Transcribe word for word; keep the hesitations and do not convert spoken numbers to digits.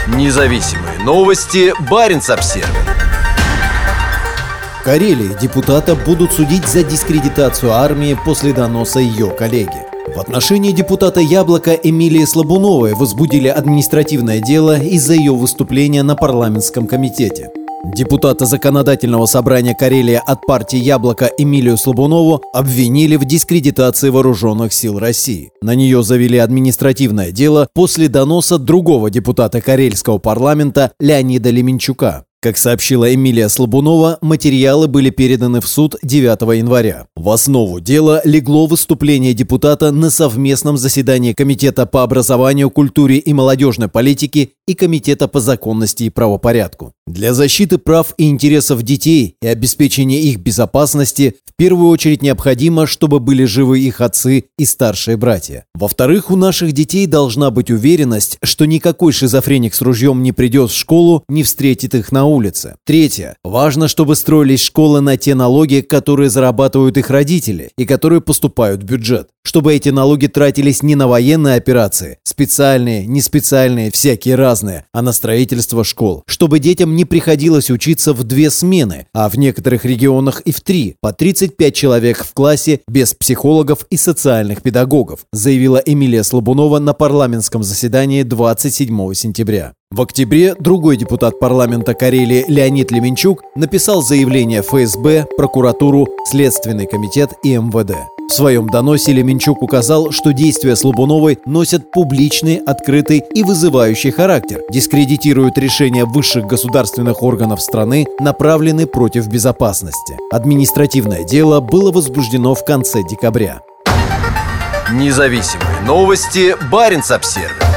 Независимые новости. Баренц-Обсервер. В Карелии депутата будут судить за дискредитацию армии после доноса ее коллеги. В отношении депутата «Яблоко» Эмилии Слабуновой возбудили административное дело из-за ее выступления на парламентском комитете. Депутата Законодательного собрания Карелии от партии «Яблоко» Эмилию Слабунову обвинили в дискредитации вооруженных сил России. На нее завели административное дело после доноса другого депутата карельского парламента Леонида Леменчука. Как сообщила Эмилия Слабунова, материалы были переданы в суд девятого января. В основу дела легло выступление депутата на совместном заседании Комитета по образованию, культуре и молодежной политике и Комитета по законности и правопорядку. Для защиты прав и интересов детей и обеспечения их безопасности в первую очередь необходимо, чтобы были живы их отцы и старшие братья. Во-вторых, у наших детей должна быть уверенность, что никакой шизофреник с ружьем не придет в школу, не встретит их на улице. Третье. Важно, чтобы строились школы на те налоги, которые зарабатывают их родители и которые поступают в бюджет. Чтобы эти налоги тратились не на военные операции, специальные, неспециальные, всякие разные, а на строительство школ. Чтобы детям не приходилось учиться в две смены, а в некоторых регионах и в три, по тридцать пять человек в классе без психологов и социальных педагогов, заявила Эмилия Слабунова на парламентском заседании двадцать седьмого сентября. В октябре другой депутат парламента Карелии Леонид Леменчук написал заявление в эф эс бэ, прокуратуру, Следственный комитет и эм вэ дэ. В своем доносе Леменчук указал, что действия Слабуновой носят публичный, открытый и вызывающий характер, дискредитируют решения высших государственных органов страны, направленные против безопасности. Административное дело было возбуждено в конце декабря. Независимые новости. Баренц-Обсервер.